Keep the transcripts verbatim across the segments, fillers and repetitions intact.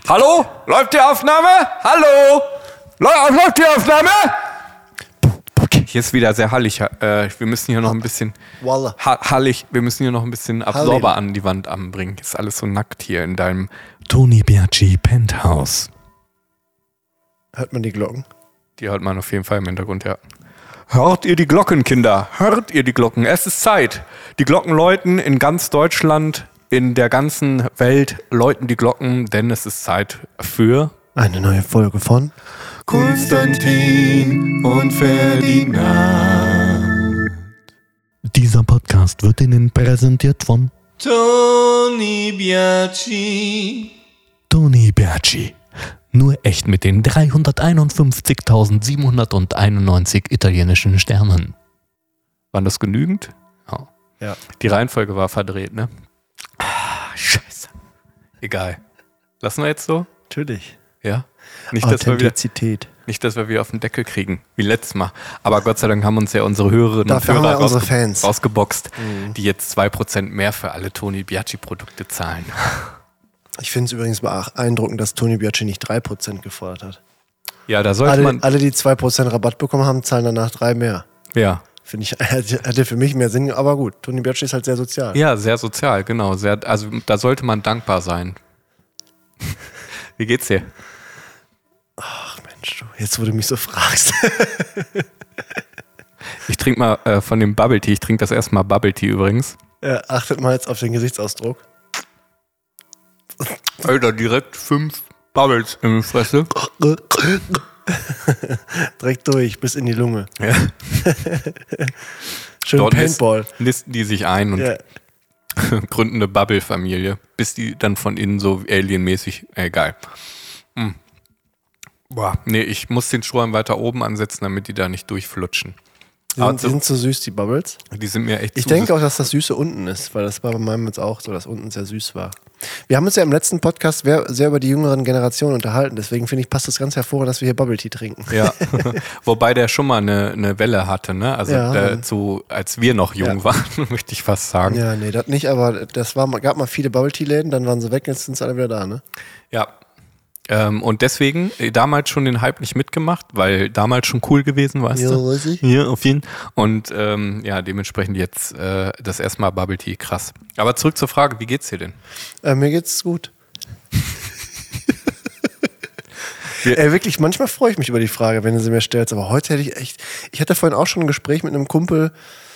Hallo? Läuft die Aufnahme? Hallo? Läuft die Aufnahme? Hier ist wieder sehr hallig. Äh, wir müssen hier noch ein bisschen ha- hallig. Wir müssen hier noch ein bisschen Absorber an die Wand anbringen. Ist alles so nackt hier in deinem Tony Biaggi Penthouse. Hört man die Glocken? Die hört man auf jeden Fall im Hintergrund, ja. Hört ihr die Glocken, Kinder? Hört ihr die Glocken? Es ist Zeit. Die Glocken läuten in ganz Deutschland, in der ganzen Welt läuten die Glocken, denn es ist Zeit für eine neue Folge von Konstantin und Ferdinand. Dieser Podcast wird Ihnen präsentiert von Tony Biaggi. Tony Biaggi. Nur echt mit den dreihunderteinundfünfzigtausendsiebenhunderteinundneunzig italienischen Sternen. Waren das genügend? Ja. ja. Die Reihenfolge war verdreht, ne? Ah, scheiße. Egal. Lassen wir jetzt so? Natürlich. Ja? Nicht, dass wir wieder, Authentizität. nicht, dass wir wieder auf den Deckel kriegen, wie letztes Mal. Aber Gott sei Dank haben uns ja unsere Hörerinnen Dafür und Hörer haben wir unsere rausge- Fans. rausgeboxt, Mhm. die jetzt zwei Prozent mehr für alle Tony Biaggi-Produkte zahlen. Ich finde es übrigens beeindruckend, dass Tony Biaggi nicht drei Prozent gefordert hat. Ja, da sollte Alle, man... alle, die zwei Prozent Rabatt bekommen haben, zahlen danach drei mehr. Ja. Finde ich, hätte für mich mehr Sinn, aber gut. Tony Biaggi ist halt sehr sozial. Ja, sehr sozial, genau. Sehr, also da sollte man dankbar sein. Wie geht's dir? Ach Mensch, du, jetzt wo du mich so fragst. Ich trinke mal äh, von dem Bubble Tea. Ich trinke das erste Mal Bubble Tea übrigens. Ja, achtet mal jetzt auf den Gesichtsausdruck. Alter, direkt fünf Bubbles in die Fresse. Direkt durch, bis in die Lunge. Ja. Schön Dort Paintball. Listen, listen die sich ein und Ja. gründen eine Bubble-Familie, bis die dann von innen so alienmäßig, egal. Hm. Boah, nee, ich muss den Strohhalm weiter oben ansetzen, damit die da nicht durchflutschen. Die Aber sind, die so- sind so süß, die Bubbles. Die sind mir echt Ich zu denke süß. auch, dass das Süße unten ist, weil das war bei meinem jetzt auch so, dass unten sehr süß war. Wir haben uns ja im letzten Podcast sehr, sehr über die jüngeren Generationen unterhalten, deswegen finde ich, passt das ganz hervorragend, dass wir hier Bubble Tea trinken. Ja, wobei der schon mal eine, eine Welle hatte, ne? Also Ja. der, zu, als wir noch jung Ja. waren, möchte ich fast sagen. Ja, nee, das nicht, aber das war, gab mal viele Bubble Tea Läden, dann waren sie weg, jetzt sind sie alle wieder da, ne? Ja. Ähm, und deswegen äh, damals schon den Hype nicht mitgemacht, weil damals schon cool gewesen, weißt Ja, du? weiß ich. Ja, auf jeden Fall. Und ähm, ja, dementsprechend jetzt äh, das erste Mal Bubble Tea, krass. Aber zurück zur Frage, wie geht's dir denn? Äh, mir geht's gut. Wir- Ey, wirklich, manchmal freue ich mich über die Frage, wenn du sie mir stellst, aber heute hätte ich echt, ich hatte vorhin auch schon ein Gespräch mit einem Kumpel,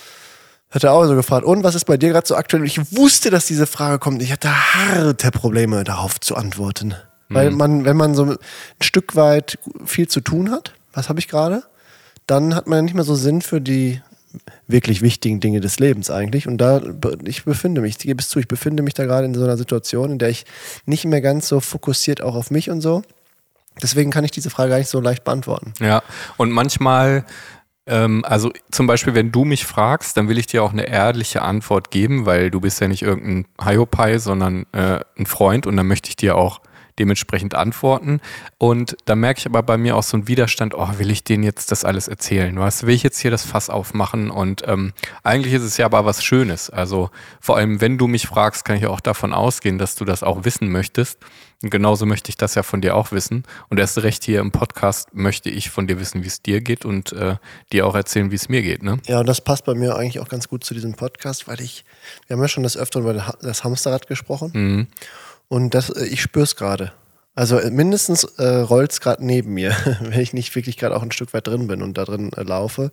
hat er auch so gefragt, und was ist bei dir gerade so aktuell? Und ich wusste, dass diese Frage kommt. Ich hatte harte Probleme, darauf zu antworten. Weil man, wenn man so ein Stück weit viel zu tun hat, was habe ich gerade, dann hat man nicht mehr so Sinn für die wirklich wichtigen Dinge des Lebens eigentlich. Und da, ich befinde mich, ich gebe es zu, ich befinde mich da gerade in so einer Situation, in der ich nicht mehr ganz so fokussiert auch auf mich und so. Deswegen kann ich diese Frage gar nicht so leicht beantworten. Ja, und manchmal, ähm, also zum Beispiel, wenn du mich fragst, dann will ich dir auch eine ehrliche Antwort geben, weil du bist ja nicht irgendein Hiopai, sondern äh, ein Freund und dann möchte ich dir auch dementsprechend antworten. Und da merke ich aber bei mir auch so einen Widerstand, oh, will ich denen jetzt das alles erzählen? Was will ich jetzt hier das Fass aufmachen? Und ähm, eigentlich ist es ja aber was Schönes. Also vor allem, wenn du mich fragst, kann ich auch davon ausgehen, dass du das auch wissen möchtest. Und genauso möchte ich das ja von dir auch wissen. Und erst recht hier im Podcast möchte ich von dir wissen, wie es dir geht und äh, dir auch erzählen, wie es mir geht, ne? Ja, und das passt bei mir eigentlich auch ganz gut zu diesem Podcast, weil ich, wir haben ja schon des Öfteren über das Hamsterrad gesprochen. Mhm. Und das, äh, ich spüre es gerade. Also äh, mindestens äh, rollt es gerade neben mir, wenn ich nicht wirklich gerade auch ein Stück weit drin bin und da drin äh, laufe.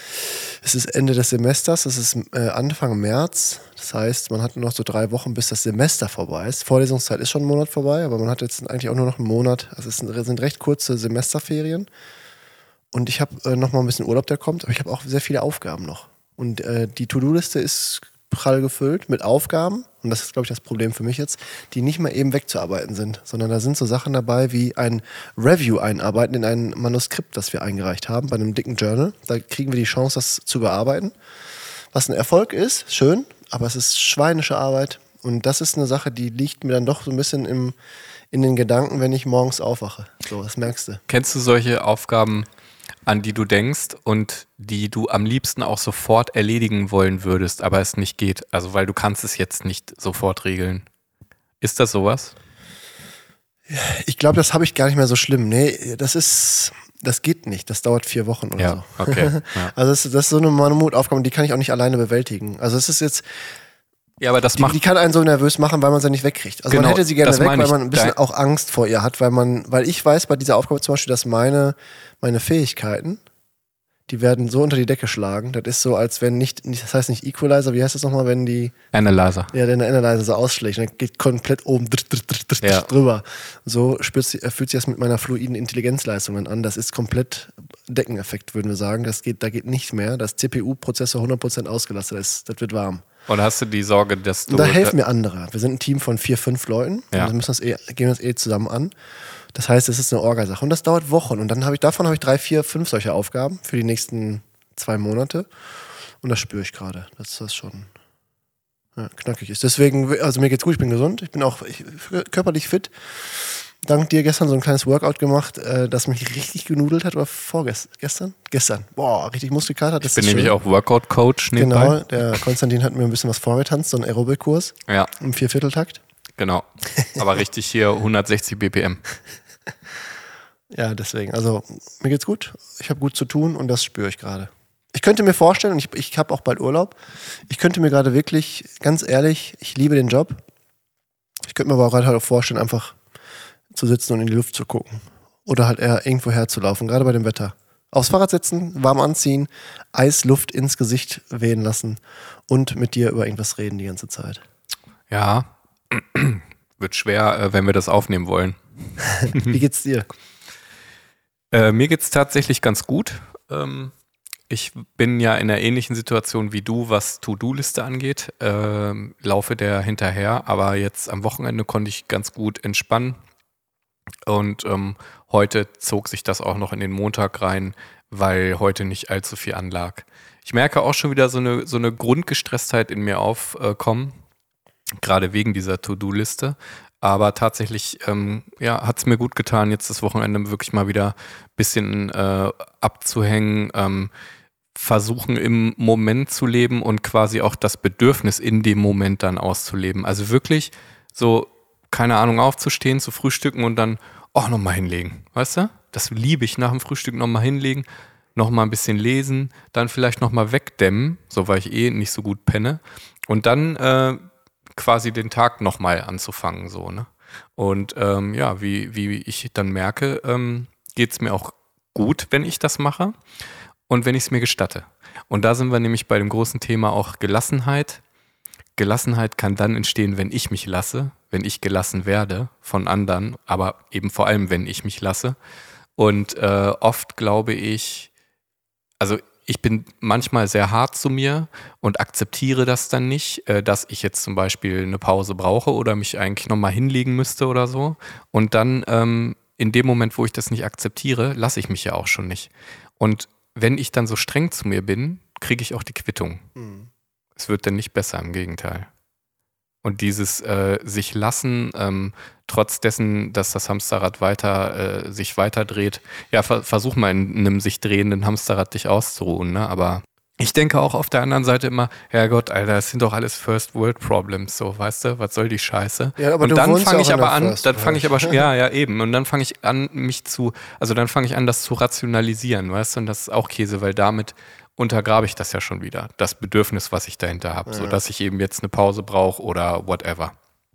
Es ist Ende des Semesters, es ist äh, Anfang März. Das heißt, man hat nur noch so drei Wochen, bis das Semester vorbei ist. Vorlesungszeit ist schon einen Monat vorbei, aber man hat jetzt eigentlich auch nur noch einen Monat. Also es sind, sind recht kurze Semesterferien. Und ich habe äh, noch mal ein bisschen Urlaub, der kommt, aber ich habe auch sehr viele Aufgaben noch. Und äh, die To-Do-Liste ist prall gefüllt mit Aufgaben, und das ist, glaube ich, das Problem für mich jetzt, die nicht mal eben wegzuarbeiten sind, sondern da sind so Sachen dabei wie ein Review einarbeiten in ein Manuskript, das wir eingereicht haben bei einem dicken Journal. Da kriegen wir die Chance, das zu bearbeiten. Was ein Erfolg ist, schön, aber es ist schweinische Arbeit, und das ist eine Sache, die liegt mir dann doch so ein bisschen im, in den Gedanken, wenn ich morgens aufwache. So, das merkst du. Kennst du solche Aufgaben, an die du denkst und die du am liebsten auch sofort erledigen wollen würdest, aber es nicht geht? Also weil du kannst es jetzt nicht sofort regeln. Ist das sowas? Ich glaube, das habe ich gar nicht mehr so schlimm. Nee, das ist, das geht nicht. Das dauert vier Wochen oder Ja, so. okay. Ja. Also das, das ist so eine Mammutaufgabe, die kann ich auch nicht alleine bewältigen. Also es ist jetzt, Ja, aber das die, macht. die kann einen so nervös machen, weil man sie nicht wegkriegt. Also Genau, man hätte sie gerne das weg, meine weil ich. man ein bisschen Dein- auch Angst vor ihr hat, weil man, weil ich weiß bei dieser Aufgabe zum Beispiel, dass meine, meine Fähigkeiten, die werden so unter die Decke schlagen. Das ist so, als wenn nicht, nicht- das heißt nicht Equalizer, wie heißt das nochmal, wenn die, Analyzer. ja, der Analyzer so ausschlägt, dann geht komplett oben dr- dr- dr- dr- Ja. drüber. So spürt sie, fühlt sich das mit meiner fluiden Intelligenzleistung dann an. Das ist komplett Deckeneffekt, würden wir sagen. Das geht, da geht nicht mehr. Das C P U-Prozessor hundert Prozent ausgelastet, das, das wird warm. Und hast du die Sorge, dass du. Und da helfen mir andere. Wir sind ein Team von vier, fünf Leuten. Ja. Und wir müssen das eh, gehen das eh zusammen an. Das heißt, es ist eine Orgasache. Und das dauert Wochen. Und dann habe ich, davon habe ich drei, vier, fünf solche Aufgaben für die nächsten zwei Monate. Und das spüre ich gerade, dass das schon ja, knackig ist. Deswegen, also mir geht's gut, ich bin gesund, ich bin auch ich, körperlich fit. Dank dir gestern so ein kleines Workout gemacht, äh, das mich richtig genudelt hat, oder vorgestern? Gestern. Boah, richtig Muskelkater. Das Ich bin ist nämlich schön. auch Workout-Coach nebenbei. Genau, der Konstantin hat mir ein bisschen was vorgetanzt, so einen Aerobic-Kurs Ja, im Viervierteltakt. genau. Aber richtig hier hundertsechzig B P M. Ja, deswegen. Also mir geht's gut. Ich habe gut zu tun und das spüre ich gerade. Ich könnte mir vorstellen, und ich, ich habe auch bald Urlaub, ich könnte mir gerade wirklich, ganz ehrlich, ich liebe den Job. Ich könnte mir aber auch gerade halt auch vorstellen, einfach zu sitzen und in die Luft zu gucken. Oder halt eher irgendwo herzulaufen, gerade bei dem Wetter. Aufs Fahrrad sitzen, warm anziehen, Eisluft ins Gesicht wehen lassen und mit dir über irgendwas reden die ganze Zeit. Ja, wird schwer, äh, wenn wir das aufnehmen wollen. Wie geht's dir? Äh, mir geht's tatsächlich ganz gut. Ähm, ich bin ja in einer ähnlichen Situation wie du, was To-Do-Liste angeht. Ähm, laufe der hinterher, aber jetzt am Wochenende konnte ich ganz gut entspannen. Und ähm, heute zog sich das auch noch in den Montag rein, weil heute nicht allzu viel anlag. Ich merke auch schon wieder so eine, so eine Grundgestresstheit in mir aufkommen, gerade wegen dieser To-Do-Liste. Aber tatsächlich ähm, ja, hat es mir gut getan, jetzt das Wochenende wirklich mal wieder ein bisschen äh, abzuhängen, ähm, versuchen im Moment zu leben und quasi auch das Bedürfnis in dem Moment dann auszuleben. Also wirklich so, keine Ahnung, aufzustehen, zu frühstücken und dann auch nochmal hinlegen, weißt du? Das liebe ich, nach dem Frühstück nochmal hinlegen, nochmal ein bisschen lesen, dann vielleicht nochmal wegdämmen, so weil ich eh nicht so gut penne und dann äh, quasi den Tag nochmal anzufangen, so, ne? Und ähm, ja, wie, wie ich dann merke, ähm, geht es mir auch gut, wenn ich das mache und wenn ich es mir gestatte. Und da sind wir nämlich bei dem großen Thema auch Gelassenheit. Gelassenheit kann dann entstehen, wenn ich mich lasse, wenn ich gelassen werde von anderen, aber eben vor allem, wenn ich mich lasse. Und äh, oft glaube ich, also ich bin manchmal sehr hart zu mir und akzeptiere das dann nicht, äh, dass ich jetzt zum Beispiel eine Pause brauche oder mich eigentlich nochmal hinlegen müsste oder so. Und dann ähm, in dem Moment, wo ich das nicht akzeptiere, lasse ich mich ja auch schon nicht. Und wenn ich dann so streng zu mir bin, kriege ich auch die Quittung. Mhm. Es wird dann nicht besser, im Gegenteil. Und dieses äh, sich lassen, ähm, trotz dessen, dass das Hamsterrad weiter äh, sich weiter dreht, ja, ver- versuch mal in einem sich drehenden Hamsterrad dich auszuruhen, ne? Aber ich denke auch auf der anderen Seite immer, Herrgott, Alter, das sind doch alles First World Problems, so, weißt du, was soll die Scheiße? Ja, aber und du dann wohnst fange ja ich auch in aber der an, First dann fange ich aber World. schon, ja, ja, eben. Und dann fange ich an, mich zu, also dann fange ich an, das zu rationalisieren, weißt du, und das ist auch Käse, weil damit untergrabe ich das ja schon wieder, das Bedürfnis, was ich dahinter habe, Ja. so dass ich eben jetzt eine Pause brauche oder whatever.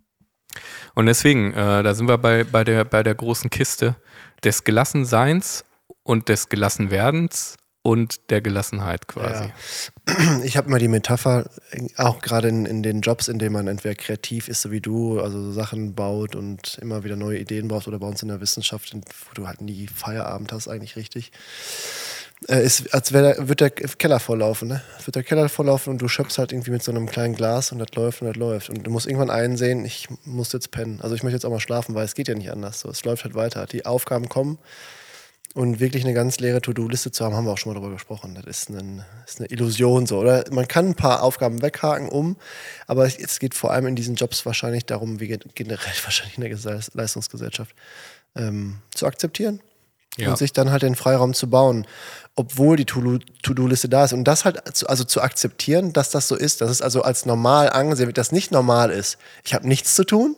Und deswegen, äh, da sind wir bei, bei, der, bei der großen Kiste des Gelassenseins und des Gelassenwerdens und der Gelassenheit quasi. Ja. Ich habe immer die Metapher, auch gerade in, in den Jobs, in denen man entweder kreativ ist, so wie du, also so Sachen baut und immer wieder neue Ideen braucht, oder bei uns in der Wissenschaft, wo du halt nie Feierabend hast, eigentlich richtig. Äh, ist, als wär, der- wird der Keller volllaufen, ne? Wird der Keller volllaufen und du schöpfst halt irgendwie mit so einem kleinen Glas und das läuft und das läuft. Und du musst irgendwann einsehen, ich muss jetzt pennen. Also ich möchte jetzt auch mal schlafen, weil es geht ja nicht anders. So, es läuft halt weiter. Die Aufgaben kommen. Und wirklich eine ganz leere To-Do-Liste zu haben, haben wir auch schon mal darüber gesprochen. Das ist, ein, ist eine Illusion so. Oder man kann ein paar Aufgaben weghaken um, aber es geht vor allem in diesen Jobs wahrscheinlich darum, wie generell wahrscheinlich in der Ges- Leistungsgesellschaft, ähm, zu akzeptieren. Ja. Und sich dann halt den Freiraum zu bauen, obwohl die To- To-Do-Liste da ist. Und das halt zu, also zu akzeptieren, dass das so ist, dass es also als normal angesehen wird, dass nicht normal ist. Ich habe nichts zu tun,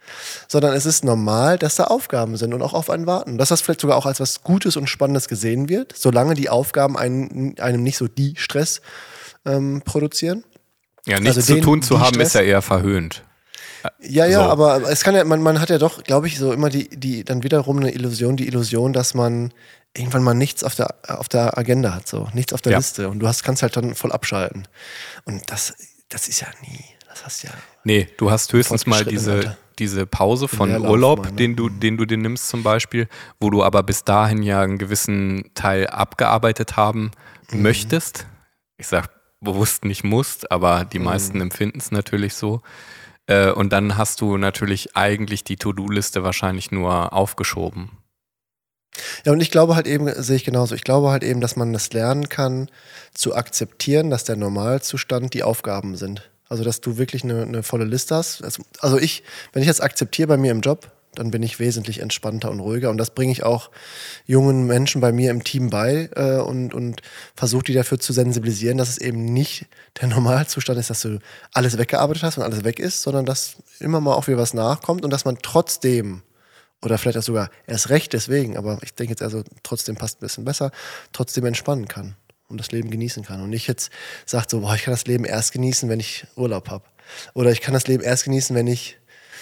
sondern es ist normal, dass da Aufgaben sind und auch auf einen warten. Dass das vielleicht sogar auch als was Gutes und Spannendes gesehen wird, solange die Aufgaben einen, einem nicht so die Stress ähm, produzieren. Ja, nichts Also zu den- tun zu die haben, Stress- ist ja eher verhöhnt. Ja, ja, So. aber es kann ja, man, man hat ja doch, glaube ich, so immer die, die, dann wiederum eine Illusion, die Illusion, dass man irgendwann mal nichts auf der, auf der Agenda hat, so, nichts auf der Ja. Liste und du hast, kannst halt dann voll abschalten. Und das, das ist ja nie, das hast ja. Nee, du hast höchstens mal Fortgeschrittene diese, Leute. diese Pause von Leerlauf Urlaub, mal, ne? den du, den du dir nimmst zum Beispiel, wo du aber bis dahin ja einen gewissen Teil abgearbeitet haben Mhm. möchtest. Ich sag bewusst nicht musst, aber die Mhm. meisten empfinden es natürlich so. Äh, und dann hast du natürlich eigentlich die To-Do-Liste wahrscheinlich nur aufgeschoben. Ja, und ich glaube halt eben, sehe ich genauso, ich glaube halt eben, dass man das lernen kann, zu akzeptieren, dass der Normalzustand die Aufgaben sind. Also, dass du wirklich eine, eine volle Liste hast. Also, also ich, wenn ich das akzeptiere bei mir im Job, dann bin ich wesentlich entspannter und ruhiger. Und das bringe ich auch jungen Menschen bei mir im Team bei äh, und, und versuche die dafür zu sensibilisieren, dass es eben nicht der Normalzustand ist, dass du alles weggearbeitet hast und alles weg ist, sondern dass immer mal auch wieder was nachkommt und dass man trotzdem, oder vielleicht auch sogar erst recht deswegen, aber ich denke jetzt also trotzdem passt ein bisschen besser, trotzdem entspannen kann und das Leben genießen kann. Und nicht jetzt sagt so, boah, ich kann das Leben erst genießen, wenn ich Urlaub habe. Oder ich kann das Leben erst genießen, wenn ich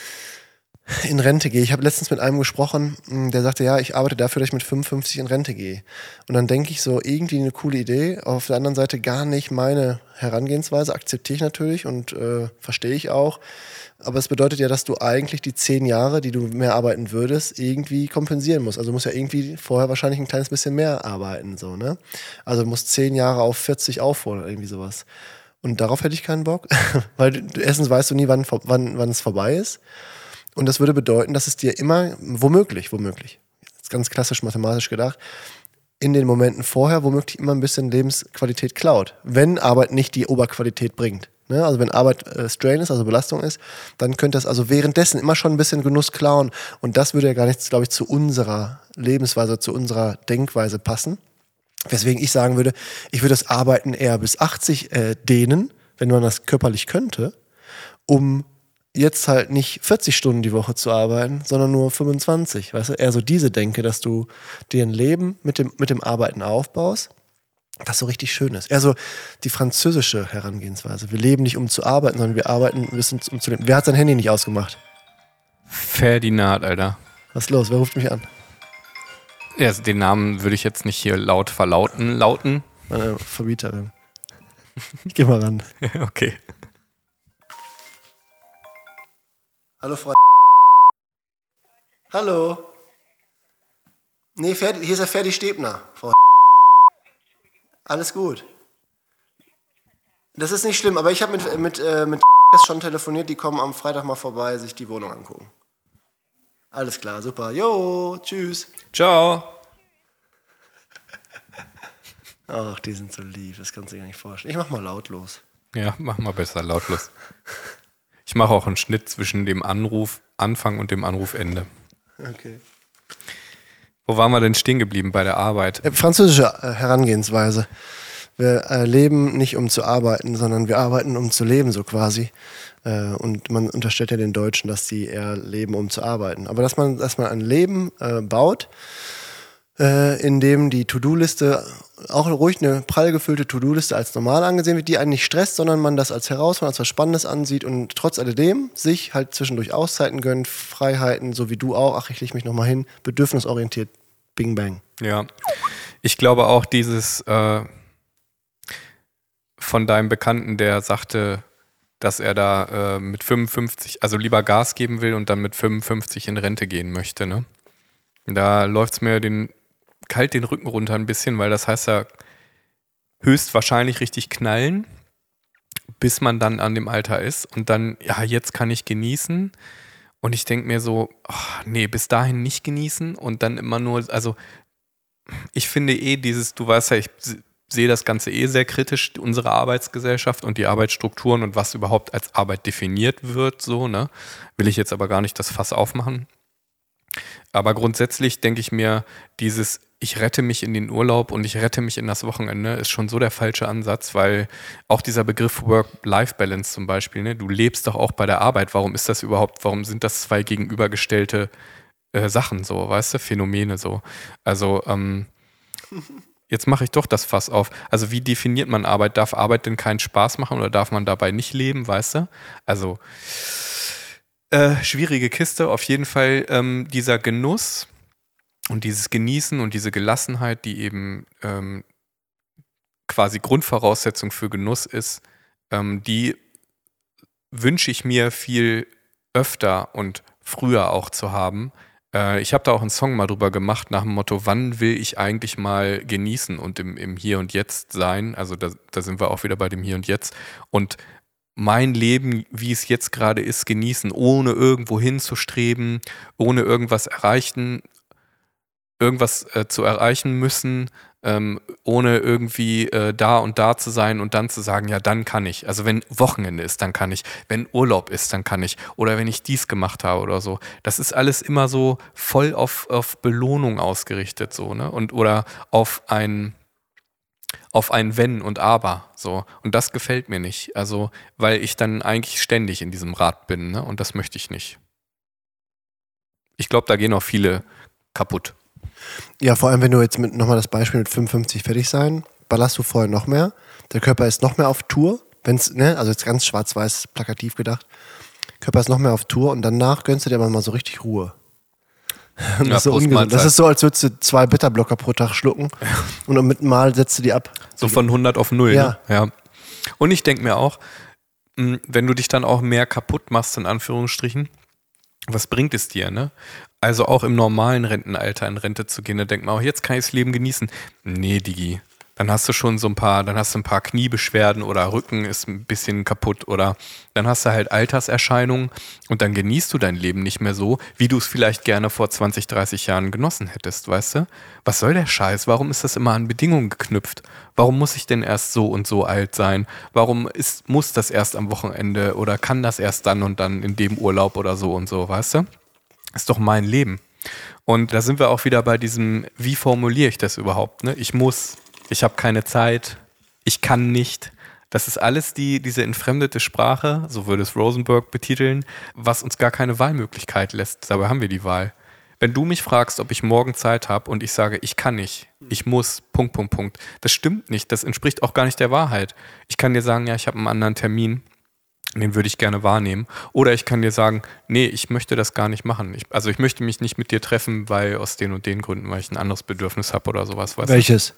in Rente gehe. Ich habe letztens mit einem gesprochen, der sagte, ja, ich arbeite dafür, dass ich mit fünfundfünfzig in Rente gehe. Und dann denke ich so, irgendwie eine coole Idee, auf der anderen Seite gar nicht meine Herangehensweise, akzeptiere ich natürlich und äh, verstehe ich auch. Aber es bedeutet ja, dass du eigentlich die zehn Jahre, die du mehr arbeiten würdest, irgendwie kompensieren musst. Also du musst ja irgendwie vorher wahrscheinlich ein kleines bisschen mehr arbeiten, so, ne? Also du musst zehn Jahre auf vierzig aufholen oder irgendwie sowas. Und darauf hätte ich keinen Bock, weil du, erstens weißt du nie, wann, wann, wann es vorbei ist. Und das würde bedeuten, dass es dir immer, womöglich, womöglich, jetzt ganz klassisch mathematisch gedacht, in den Momenten vorher womöglich immer ein bisschen Lebensqualität klaut. Wenn Arbeit nicht die Oberqualität bringt. Ne? Also wenn Arbeit äh, Strain ist, also Belastung ist, dann könnte das also währenddessen immer schon ein bisschen Genuss klauen. Und das würde ja gar nicht, glaube ich, zu unserer Lebensweise, zu unserer Denkweise passen. Weswegen ich sagen würde, ich würde das Arbeiten eher bis achtzig äh, dehnen, wenn man das körperlich könnte, um jetzt halt nicht vierzig Stunden die Woche zu arbeiten, sondern nur fünfundzwanzig. Weißt du, eher so diese Denke, dass du dir ein Leben mit dem, mit dem Arbeiten aufbaust, das so richtig schön ist. Eher so die französische Herangehensweise. Wir leben nicht, um zu arbeiten, sondern wir arbeiten, um zu leben. Wer hat sein Handy nicht ausgemacht? Ferdinand, Alter. Was ist los? Wer ruft mich an? Ja, also den Namen würde ich jetzt nicht hier laut verlauten, lauten. Meine Verbieterin. Ich geh mal ran. Okay. Hallo, Frau. Hallo. Nee, Ferdi, hier ist der Ferdi Stebner, Frau. Alles gut. Das ist nicht schlimm, aber ich habe mit, mit, äh, mit schon telefoniert, die kommen am Freitag mal vorbei, sich die Wohnung angucken. Alles klar, super. Jo, tschüss. Ciao. Ach, die sind so lieb, das kannst du dir gar nicht vorstellen. Ich mach mal lautlos. Ja, mach mal besser lautlos. Ich mache auch einen Schnitt zwischen dem Anruf Anfang und dem Anrufende. Okay. Wo waren wir denn stehen geblieben bei der Arbeit? Äh, französische äh, Herangehensweise. Wir äh, leben nicht, um zu arbeiten, sondern wir arbeiten, um zu leben, so quasi. Äh, und man unterstellt ja den Deutschen, dass sie eher leben, um zu arbeiten. Aber dass man, dass man ein Leben äh, baut, äh, in dem die To-Do-Liste, auch ruhig eine prall gefüllte To-Do-Liste als normal angesehen wird, die einen nicht stresst, sondern man das als Herausforderung, als was Spannendes ansieht und trotz alledem sich halt zwischendurch Auszeiten gönnt, Freiheiten, so wie du auch, ach, ich leg mich nochmal hin, bedürfnisorientiert, bing bang. Ja, ich glaube auch dieses äh, von deinem Bekannten, der sagte, dass er da äh, mit fünfundfünfzig, also lieber Gas geben will und dann mit fünfundfünfzig in Rente gehen möchte, ne? Da läuft es mir den, kalt den Rücken runter ein bisschen, weil das heißt ja höchstwahrscheinlich richtig knallen, bis man dann an dem Alter ist und dann, ja, jetzt kann ich genießen. Und ich denke mir so, ach, nee, bis dahin nicht genießen und dann immer nur, also ich finde eh dieses, du weißt ja, ich sehe das Ganze eh sehr kritisch, unsere Arbeitsgesellschaft und die Arbeitsstrukturen und was überhaupt als Arbeit definiert wird, so, ne? Will ich jetzt aber gar nicht das Fass aufmachen. Aber grundsätzlich denke ich mir, dieses ich rette mich in den Urlaub und ich rette mich in das Wochenende, ist schon so der falsche Ansatz, weil auch dieser Begriff Work-Life-Balance zum Beispiel, ne, du lebst doch auch bei der Arbeit. Warum ist das überhaupt, warum sind das zwei gegenübergestellte äh, Sachen so, weißt du, Phänomene so? Also, ähm, jetzt mache ich doch das Fass auf. Also wie definiert man Arbeit? Darf Arbeit denn keinen Spaß machen oder darf man dabei nicht leben, weißt du? Also, äh, schwierige Kiste, auf jeden Fall ähm, dieser Genuss und dieses Genießen und diese Gelassenheit, die eben ähm, quasi Grundvoraussetzung für Genuss ist, ähm, die wünsche ich mir viel öfter und früher auch zu haben. Äh, ich habe da auch einen Song mal drüber gemacht, nach dem Motto, wann will ich eigentlich mal genießen und im, im Hier und Jetzt sein. Also da, da sind wir auch wieder bei dem Hier und Jetzt. Und mein Leben, wie es jetzt gerade ist, genießen, ohne irgendwo hinzustreben, ohne irgendwas erreichen, irgendwas äh, zu erreichen müssen, ähm, ohne irgendwie äh, da und da zu sein und dann zu sagen, ja, dann kann ich. Also wenn Wochenende ist, dann kann ich. Wenn Urlaub ist, dann kann ich. Oder wenn ich dies gemacht habe oder so. Das ist alles immer so voll auf, auf Belohnung ausgerichtet, so, ne? Und oder auf ein auf ein Wenn und Aber, so. Und das gefällt mir nicht. Also, weil ich dann eigentlich ständig in diesem Rad bin, ne? Und das möchte ich nicht. Ich glaube, da gehen auch viele kaputt. Ja, vor allem, wenn du jetzt mit nochmal das Beispiel mit fünfundfünfzig fertig sein, ballerst du vorher noch mehr. Der Körper ist noch mehr auf Tour, wenn's, ne, also jetzt ganz schwarz-weiß plakativ gedacht. Körper ist noch mehr auf Tour und danach gönnst du dir aber mal so richtig Ruhe. Das, Ja, ist so ungesund. Das ist so, als würdest du zwei Bitterblocker pro Tag schlucken und mit einem Mal setzt du die ab. So von hundert auf null. Ja. Ne? Ja. Und ich denke mir auch, mh, wenn du dich dann auch mehr kaputt machst, in Anführungsstrichen, was bringt es dir, ne? Also auch im normalen Rentenalter in Rente zu gehen, da denkt man auch, jetzt kann ich das Leben genießen. Nee, Digi, dann hast du schon so ein paar, dann hast du ein paar Kniebeschwerden oder Rücken ist ein bisschen kaputt oder dann hast du halt Alterserscheinungen und dann genießt du dein Leben nicht mehr so, wie du es vielleicht gerne vor zwanzig, dreißig Jahren genossen hättest, weißt du? Was soll der Scheiß? Warum ist das immer an Bedingungen geknüpft? Warum muss ich denn erst so und so alt sein? Warum ist, muss das erst am Wochenende oder kann das erst dann und dann in dem Urlaub oder so und so, weißt du? Ist doch mein Leben. Und da sind wir auch wieder bei diesem, wie formuliere ich das überhaupt? Ne? Ich muss, ich habe keine Zeit, ich kann nicht. Das ist alles die, diese entfremdete Sprache, so würde es Rosenberg betiteln, was uns gar keine Wahlmöglichkeit lässt. Dabei haben wir die Wahl. Wenn du mich fragst, ob ich morgen Zeit habe und ich sage, ich kann nicht, ich muss, Punkt, Punkt, Punkt. Das stimmt nicht, das entspricht auch gar nicht der Wahrheit. Ich kann dir sagen, ja, ich habe einen anderen Termin. Den würde ich gerne wahrnehmen. Oder ich kann dir sagen, nee, ich möchte das gar nicht machen. Ich, also ich möchte mich nicht mit dir treffen, weil aus den und den Gründen, weil ich ein anderes Bedürfnis habe oder sowas. Weißt Welches?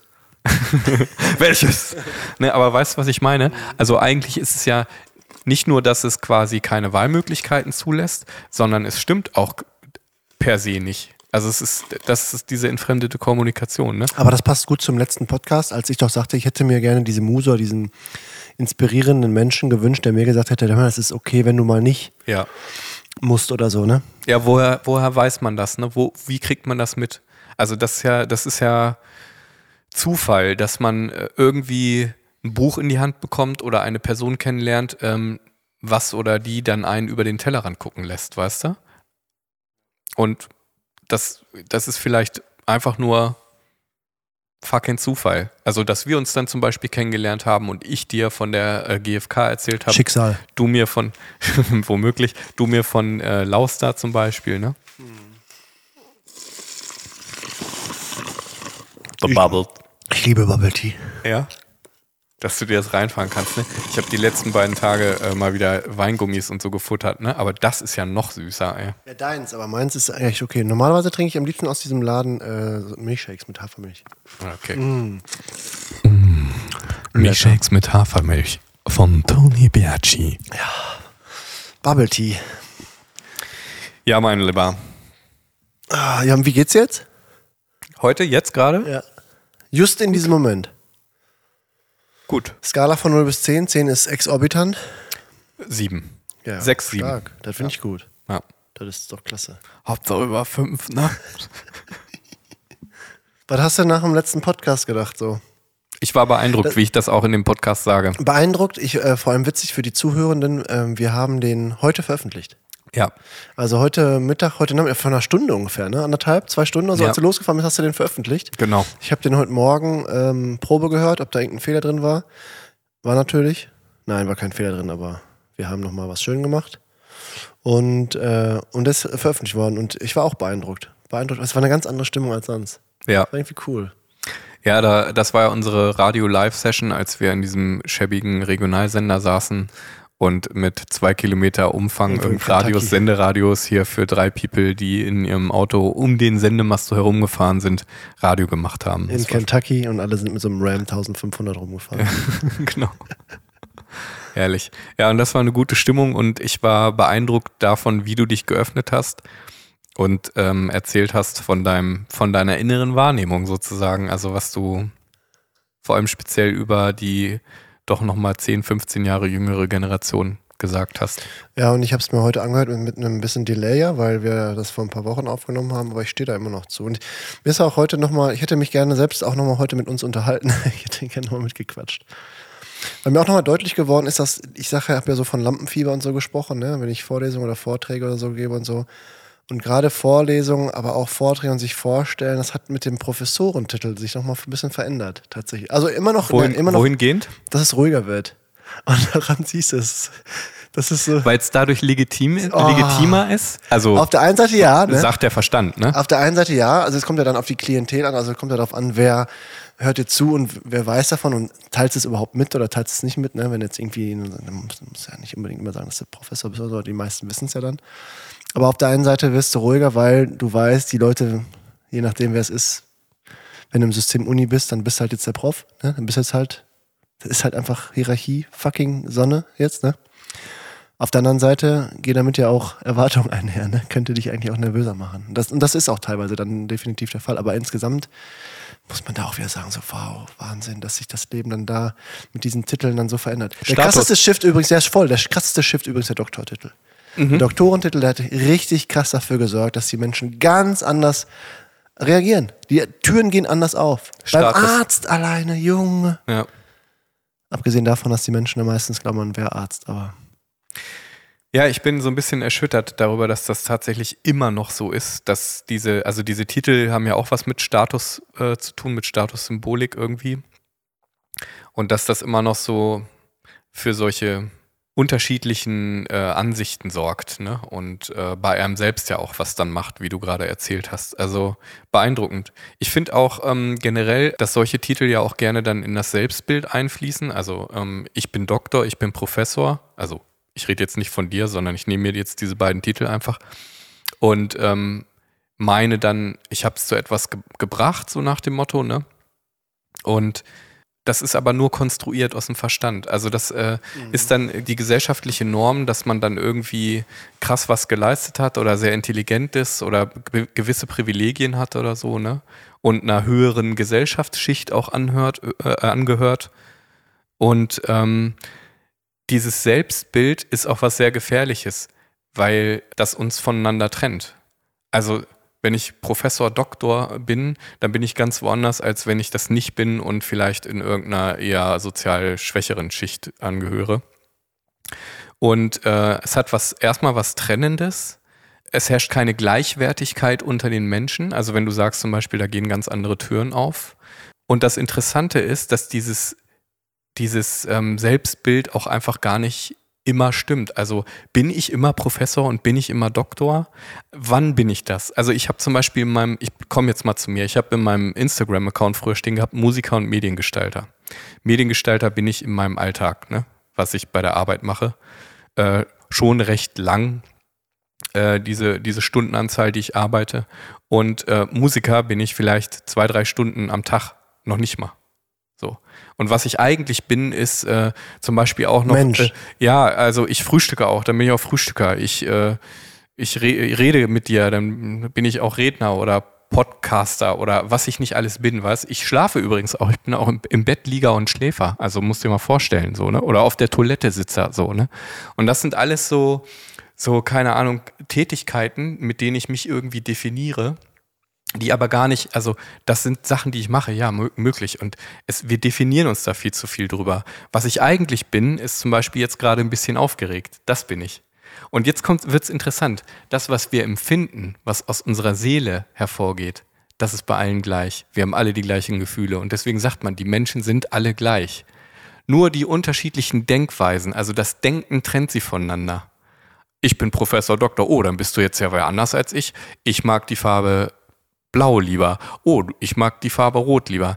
Welches? Ne, aber weißt du, was ich meine? Also eigentlich ist es ja nicht nur, dass es quasi keine Wahlmöglichkeiten zulässt, sondern es stimmt auch per se nicht. Also es ist, das ist diese entfremdete Kommunikation. Ne? Aber das passt gut zum letzten Podcast, als ich doch sagte, ich hätte mir gerne diese Muse oder diesen inspirierenden Menschen gewünscht, der mir gesagt hätte, das ist okay, wenn du mal nicht ja. musst oder so, ne? Ja, woher, woher weiß man das, ne? Wo, wie kriegt man das mit? Also das ist ja, das ist ja Zufall, dass man irgendwie ein Buch in die Hand bekommt oder eine Person kennenlernt, ähm, was oder die dann einen über den Tellerrand gucken lässt, weißt du? Und das, das ist vielleicht einfach nur fucking Zufall. Also, dass wir uns dann zum Beispiel kennengelernt haben und ich dir von der äh, G F K erzählt habe. Schicksal. Du mir von, womöglich, du mir von äh, Lauster zum Beispiel, ne? The Bubble. Ich liebe Bubble Tea. Ja? Dass du dir das reinfahren kannst, ne? Ich habe die letzten beiden Tage äh, mal wieder Weingummis und so gefuttert, ne? Aber das ist ja noch süßer, ey. Ja, deins, aber meins ist eigentlich okay. Normalerweise trinke ich am liebsten aus diesem Laden äh, Milchshakes mit Hafermilch. Okay. Mm. Mm. Milchshakes mit Hafermilch von Tony Biaggi. Ja. Bubble Tea. Ja, mein Lieber. Ah, ja, und wie geht's jetzt? Heute, jetzt gerade? Ja. Just in diesem Moment. Gut. Skala von null bis zehn. zehn ist exorbitant. Sieben. Ja, Sechs, sieben. Stark. Das finde ja. ich gut. Ja. Das ist doch klasse. Hauptsache über fünf, ne? Was hast du nach dem letzten Podcast gedacht so? Ich war beeindruckt, das, wie ich das auch in dem Podcast sage. Beeindruckt, ich, äh, vor allem witzig für die Zuhörenden, äh, wir haben den heute veröffentlicht. Ja. Also heute Mittag, heute Nachmittag, vor einer Stunde ungefähr, ne? Anderthalb, zwei Stunden oder so, Ja. als du losgefahren bist, hast du den veröffentlicht. Genau. Ich habe den heute Morgen ähm, Probe gehört, ob da irgendein Fehler drin war. War natürlich. Nein, war kein Fehler drin, aber wir haben nochmal was schön gemacht. Und, äh, und das ist veröffentlicht worden. Und ich war auch beeindruckt. Beeindruckt. Es war eine ganz andere Stimmung als sonst. Ja. War irgendwie cool. Ja, da, das war ja unsere Radio-Live-Session, als wir in diesem schäbigen Regionalsender saßen und mit zwei Kilometer Umfang Irgendwo in irgendein Radius, Kentucky. Senderadius hier für drei People, die in ihrem Auto um den Sendemast herumgefahren sind, Radio gemacht haben. In Das war- Kentucky und alle sind mit so einem Ram eintausendfünfhundert rumgefahren. Genau. Herrlich. Ja, und das war eine gute Stimmung und ich war beeindruckt davon, wie du dich geöffnet hast und ähm, erzählt hast von deinem, von deiner inneren Wahrnehmung sozusagen. Also was du vor allem speziell über die doch nochmal zehn, fünfzehn Jahre jüngere Generation gesagt hast. Ja, und ich habe es mir heute angehört mit, mit einem bisschen Delay, ja, weil wir das vor ein paar Wochen aufgenommen haben, aber ich stehe da immer noch zu. Und mir ist auch heute nochmal, ich hätte mich gerne selbst auch nochmal heute mit uns unterhalten. Ich hätte gerne nochmal mitgequatscht. Weil mir auch nochmal deutlich geworden ist, dass, ich sage, ich habe ja so von Lampenfieber und so gesprochen, ne, wenn ich Vorlesungen oder Vorträge oder so gebe und so. Und gerade Vorlesungen, aber auch Vorträge und sich vorstellen, das hat mit dem Professorentitel sich nochmal ein bisschen verändert, tatsächlich. Also immer noch, Wohin, ne, immer noch, wohingehend? dass es ruhiger wird. Und daran siehst du es. Das ist so. Weil es dadurch legitim, Oh. legitimer ist? Also Auf der einen Seite ja, ne? sagt der Verstand, ne? Auf der einen Seite ja, also es kommt ja dann auf die Klientel an, also es kommt ja darauf an, wer hört dir zu und wer weiß davon und teilt es überhaupt mit oder teilt es nicht mit, ne? Wenn jetzt irgendwie, dann muss, muss ja nicht unbedingt immer sagen, dass du Professor bist oder so, die meisten wissen es ja dann. Aber auf der einen Seite wirst du ruhiger, weil du weißt, die Leute, je nachdem wer es ist, wenn du im System Uni bist, dann bist du halt jetzt der Prof, ne? Dann bist du jetzt halt, das ist halt einfach Hierarchie, fucking Sonne jetzt, ne? Auf der anderen Seite geht damit ja auch Erwartungen einher, ne? Könnte dich eigentlich auch nervöser machen. Das, und das ist auch teilweise dann definitiv der Fall. Aber insgesamt muss man da auch wieder sagen, so wow, Wahnsinn, dass sich das Leben dann da mit diesen Titeln dann so verändert. Der Status. krasseste Shift übrigens, der ist voll, der krasseste Shift übrigens der Doktortitel. Der Doktorentitel, der hat richtig krass dafür gesorgt, dass die Menschen ganz anders reagieren. Die Türen gehen anders auf. Status. Beim Arzt alleine, Junge. Ja. Abgesehen davon, dass die Menschen ja meistens glauben, man wäre Arzt, aber Ja, ich bin so ein bisschen erschüttert darüber, dass das tatsächlich immer noch so ist, dass diese, also diese Titel haben ja auch was mit Status äh, zu tun, mit Statussymbolik irgendwie. Und dass das immer noch so für solche unterschiedlichen äh, Ansichten sorgt, ne? Und äh, bei einem selbst ja auch was dann macht, wie du gerade erzählt hast. Also beeindruckend. Ich finde auch ähm, generell, dass solche Titel ja auch gerne dann in das Selbstbild einfließen. Also ähm, ich bin Doktor, ich bin Professor, also ich rede jetzt nicht von dir, sondern ich nehme mir jetzt diese beiden Titel einfach und ähm, meine dann, ich habe es zu etwas ge- gebracht, so nach dem Motto, ne? Und das ist aber nur konstruiert aus dem Verstand. Also das äh, mhm. ist dann die gesellschaftliche Norm, dass man dann irgendwie krass was geleistet hat oder sehr intelligent ist oder ge- gewisse Privilegien hat oder so, ne? Und einer höheren Gesellschaftsschicht auch anhört, äh, angehört. Und ähm, dieses Selbstbild ist auch was sehr Gefährliches, weil das uns voneinander trennt. Also wenn ich Professor, Doktor bin, dann bin ich ganz woanders, als wenn ich das nicht bin und vielleicht in irgendeiner eher sozial schwächeren Schicht angehöre. Und äh, es hat was erstmal was Trennendes. Es herrscht keine Gleichwertigkeit unter den Menschen. Also wenn du sagst zum Beispiel, da gehen ganz andere Türen auf. Und das Interessante ist, dass dieses dieses ähm, Selbstbild auch einfach gar nicht immer stimmt. Also bin ich immer Professor und bin ich immer Doktor? Wann bin ich das? Also ich habe zum Beispiel in meinem, ich komme jetzt mal zu mir, ich habe in meinem Instagram-Account früher stehen gehabt, Musiker und Mediengestalter. Mediengestalter bin ich in meinem Alltag, ne? Was ich bei der Arbeit mache, äh, schon recht lang, äh, diese, diese Stundenanzahl, die ich arbeite. Und äh, Musiker bin ich vielleicht zwei, drei Stunden am Tag, noch nicht mal. So. Und was ich eigentlich bin, ist äh, zum Beispiel auch noch. Mensch. Äh, ja, also ich frühstücke auch, dann bin ich auch Frühstücker. Ich, äh, ich re- rede mit dir, dann bin ich auch Redner oder Podcaster oder was ich nicht alles bin, weißt. Ich schlafe übrigens auch, ich bin auch im, im Bett Lieger und Schläfer. Also musst du dir mal vorstellen, so, ne? Oder auf der Toilette Sitzer, so, ne? Und das sind alles so, so, keine Ahnung, Tätigkeiten, mit denen ich mich irgendwie definiere. Die aber gar nicht, also das sind Sachen, die ich mache, ja, mö- möglich. Und es, wir definieren uns da viel zu viel drüber. Was ich eigentlich bin, ist zum Beispiel jetzt gerade ein bisschen aufgeregt. Das bin ich. Und jetzt wird es interessant. Das, was wir empfinden, was aus unserer Seele hervorgeht, das ist bei allen gleich. Wir haben alle die gleichen Gefühle. Und deswegen sagt man, die Menschen sind alle gleich. Nur die unterschiedlichen Denkweisen, also das Denken trennt sie voneinander. Ich bin Professor Doktor, oh, dann bist du jetzt ja wer anders als ich. Ich mag die Farbe Blau lieber. Oh, ich mag die Farbe Rot lieber.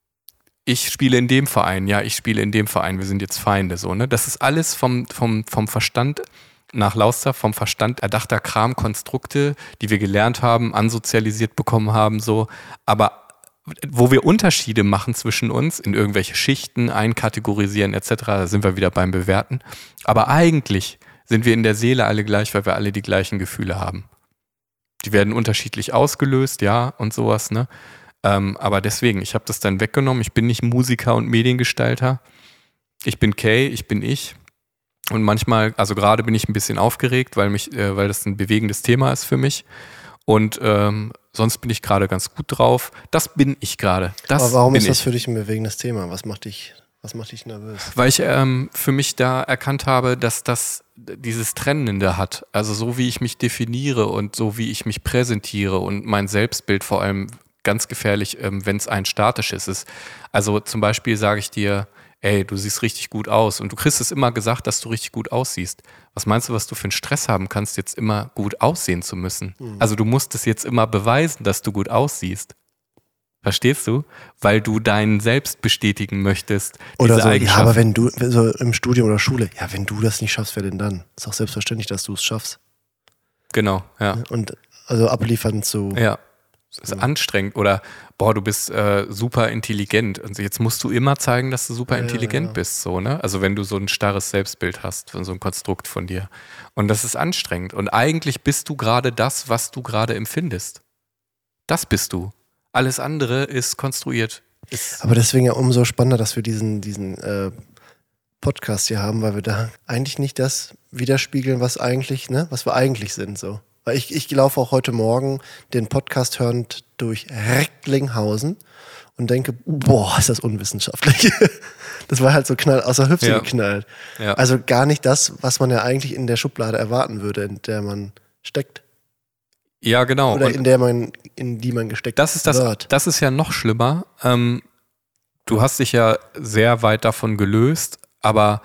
Ich spiele in dem Verein, ja, ich spiele in dem Verein, wir sind jetzt Feinde, so, ne? Das ist alles vom, vom, vom Verstand nach Lauster, vom Verstand erdachter Kram, Konstrukte, die wir gelernt haben, ansozialisiert bekommen haben, so. Aber wo wir Unterschiede machen zwischen uns, in irgendwelche Schichten einkategorisieren et cetera, da sind wir wieder beim Bewerten. Aber eigentlich sind wir in der Seele alle gleich, weil wir alle die gleichen Gefühle haben. Die werden unterschiedlich ausgelöst, ja, und sowas, ne? Ähm, aber deswegen, ich habe das dann weggenommen. Ich bin nicht Musiker und Mediengestalter. Ich bin Kay, ich bin ich. Und manchmal, also gerade bin ich ein bisschen aufgeregt, weil mich, äh, weil das ein bewegendes Thema ist für mich. Und ähm, sonst bin ich gerade ganz gut drauf. Das bin ich gerade. Aber warum bin ist das ich. für dich ein bewegendes Thema? Was macht dich, was macht dich nervös? Weil ich ähm, für mich da erkannt habe, dass das dieses Trennende hat. Also so wie ich mich definiere und so wie ich mich präsentiere und mein Selbstbild vor allem ganz gefährlich, ähm, wenn es ein statisches ist. Also zum Beispiel sage ich dir, ey, du siehst richtig gut aus und du kriegst es immer gesagt, dass du richtig gut aussiehst. Was meinst du, was du für einen Stress haben kannst, jetzt immer gut aussehen zu müssen? Mhm. Also du musst es jetzt immer beweisen, dass du gut aussiehst. Verstehst du? Weil du deinen Selbst bestätigen möchtest. Oder diese so, Eigenschaft. ja, aber wenn du, so im Studium oder Schule, ja, wenn du das nicht schaffst, wer denn dann? Ist auch selbstverständlich, dass du es schaffst. Genau, ja. Und also abliefern zu... Ja. Das ist anstrengend oder boah, du bist äh, super intelligent und jetzt musst du immer zeigen, dass du super intelligent ja, ja. bist, so, ne? Also wenn du so ein starres Selbstbild hast, so ein Konstrukt von dir. Und das ist anstrengend. Und eigentlich bist du gerade das, was du gerade empfindest. Das bist du. Alles andere ist konstruiert. Ist Aber deswegen ja umso spannender, dass wir diesen, diesen äh, Podcast hier haben, weil wir da eigentlich nicht das widerspiegeln, was eigentlich, ne, was wir eigentlich sind, so. Weil ich, ich laufe auch heute Morgen den Podcast hörend durch Recklinghausen und denke, boah, ist das unwissenschaftlich. Das war halt so knall aus der Hüfte ja. geknallt. Ja. Also gar nicht das, was man ja eigentlich in der Schublade erwarten würde, in der man steckt. Ja, genau. Oder und in der man, in die man gesteckt das ist das, wird. Das ist ja noch schlimmer. Ähm, du hast dich ja sehr weit davon gelöst, aber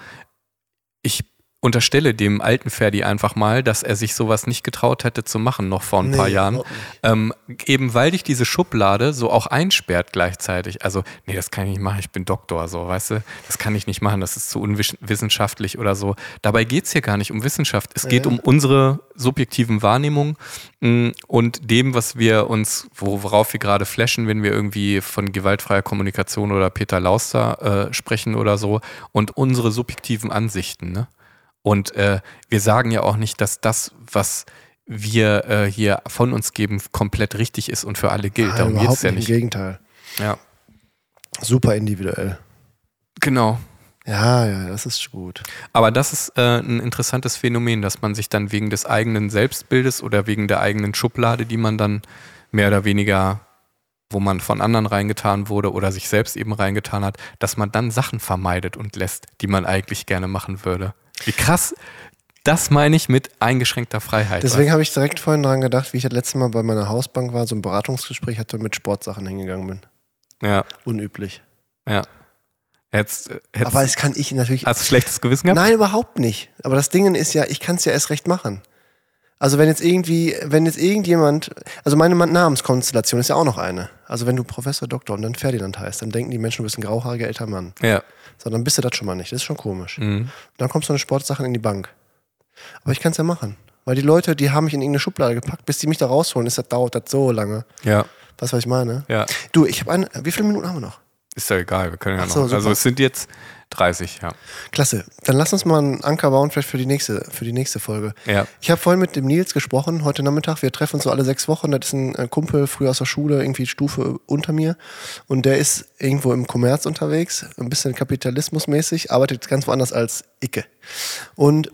ich unterstelle dem alten Ferdi einfach mal, dass er sich sowas nicht getraut hätte zu machen, noch vor ein nee, paar Jahren. Ähm, eben weil dich diese Schublade so auch einsperrt gleichzeitig. Also, nee, das kann ich nicht machen, ich bin Doktor, so, weißt du? Das kann ich nicht machen, das ist zu unwissenschaftlich oder so. Dabei geht es hier gar nicht um Wissenschaft. Es geht ja. um unsere subjektiven Wahrnehmungen mh, und dem, was wir uns, worauf wir gerade flashen, wenn wir irgendwie von gewaltfreier Kommunikation oder Peter Lauster äh, sprechen oder so und unsere subjektiven Ansichten, ne? Und äh, wir sagen ja auch nicht, dass das, was wir äh, hier von uns geben, komplett richtig ist und für alle gilt. Ah, Darum geht es ja nicht. Im Gegenteil. Ja. Super individuell. Genau. Ja, ja, das ist gut. Aber das ist äh, ein interessantes Phänomen, dass man sich dann wegen des eigenen Selbstbildes oder wegen der eigenen Schublade, die man dann mehr oder weniger, wo man von anderen reingetan wurde oder sich selbst eben reingetan hat, dass man dann Sachen vermeidet und lässt, die man eigentlich gerne machen würde. Wie krass, das meine ich mit eingeschränkter Freiheit. Deswegen habe ich direkt vorhin dran gedacht, wie ich das letzte Mal bei meiner Hausbank war, so ein Beratungsgespräch hatte und mit Sportsachen hingegangen bin. Ja. Unüblich. Ja. Jetzt, jetzt, aber das kann ich natürlich... Hast du schlechtes Gewissen gehabt? Nein, überhaupt nicht. Aber das Ding ist ja, ich kann es ja erst recht machen. Also wenn jetzt irgendwie, wenn jetzt irgendjemand, also meine Namenskonstellation ist ja auch noch eine. Also wenn du Professor Doktor und dann Ferdinand heißt, dann denken die Menschen, du bist ein grauhaariger älterer Mann. Ja. So, dann bist du das schon mal nicht. Das ist schon komisch. Mhm. Und dann kommst du eine Sportsachen in die Bank. Aber ich kann es ja machen. Weil die Leute, die haben mich in irgendeine Schublade gepackt, bis die mich da rausholen, ist das, dauert das so lange. Ja. Weißt du, was ich meine? Ja. Du, ich habe eine, wie viele Minuten haben wir noch? Ist ja egal, wir können ja Ach so, noch. super. Also es sind jetzt dreißig, ja. Klasse. Dann lass uns mal einen Anker bauen, vielleicht für die nächste, für die nächste Folge. Ja. Ich habe vorhin mit dem Nils gesprochen, heute Nachmittag. Wir treffen uns so alle sechs Wochen. Das ist ein Kumpel, früher aus der Schule, irgendwie Stufe unter mir. Und der ist irgendwo im Kommerz unterwegs, ein bisschen kapitalismusmäßig, arbeitet ganz woanders als Icke. Und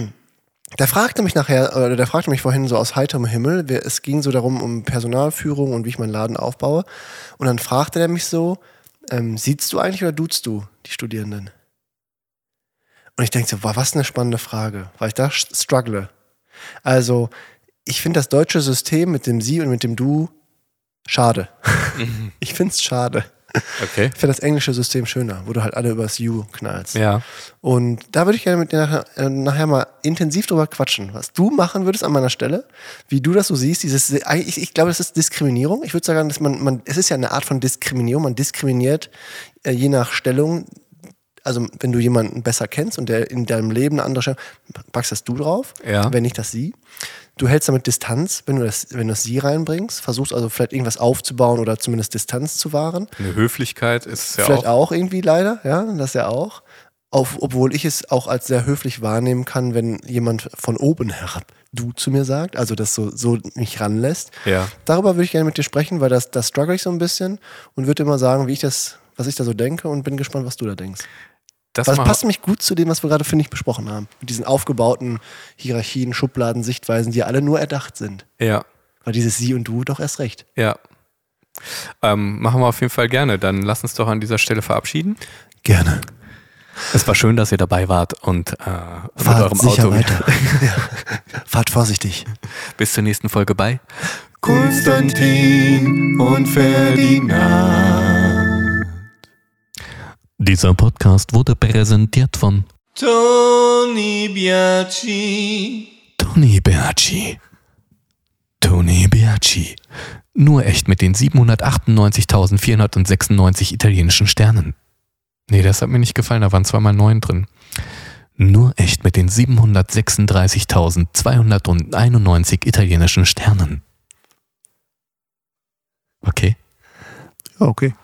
der fragte mich nachher, oder der fragte mich vorhin so aus heiterem Himmel, es ging so darum, um Personalführung und wie ich meinen Laden aufbaue. Und dann fragte er mich so, ähm, siehst du eigentlich oder duzt du die Studierenden? Und ich denke so, wow, was eine spannende Frage, weil ich da struggle. Also, ich finde das deutsche System mit dem Sie und mit dem Du schade. Mhm. Ich finde es schade. Okay. Ich finde das englische System schöner, wo du halt alle übers You knallst. Ja. Und da würde ich gerne mit dir nachher, äh, nachher mal intensiv drüber quatschen, was du machen würdest an meiner Stelle, wie du das so siehst. Dieses, ich, ich glaube, das ist Diskriminierung. Ich würde sagen, dass man, man, es ist ja eine Art von Diskriminierung. Man diskriminiert äh, je nach Stellung. Also wenn du jemanden besser kennst und der in deinem Leben eine andere Stellung, packst das du drauf, ja. wenn nicht das Sie. Du hältst damit Distanz, wenn du das, wenn du das Sie reinbringst, versuchst also vielleicht irgendwas aufzubauen oder zumindest Distanz zu wahren. Eine Höflichkeit ist ja vielleicht auch. auch irgendwie leider, ja, das ja auch. Auf, obwohl ich es auch als sehr höflich wahrnehmen kann, wenn jemand von oben herab du zu mir sagt, also das so, so mich ranlässt. Ja. Darüber würde ich gerne mit dir sprechen, weil das, das struggle ich so ein bisschen und würde immer sagen, wie ich das, was ich da so denke und bin gespannt, was du da denkst. Das Weil es passt nämlich gut zu dem, was wir gerade, finde ich, besprochen haben. Mit diesen aufgebauten Hierarchien, Schubladen, Sichtweisen, die alle nur erdacht sind. Ja. Weil dieses Sie und Du doch erst recht. Ja. Ähm, machen wir auf jeden Fall gerne. Dann lass uns doch an dieser Stelle verabschieden. Gerne. Es war schön, dass ihr dabei wart und äh, Fahrt mit eurem sicher Auto weiter. Ja. Fahrt vorsichtig. Bis zur nächsten Folge bei Konstantin und Ferdinand. Dieser Podcast wurde präsentiert von Tony Biaci. Tony Biaci. Tony Biaci. Nur echt mit den siebenhundertachtundneunzigtausendvierhundertsechsundneunzig italienischen Sternen. Nee, das hat mir nicht gefallen, da waren zweimal neun drin. Nur echt mit den siebenhundertsechsunddreißigtausendzweihunderteinundneunzig italienischen Sternen. Okay? Ja, okay.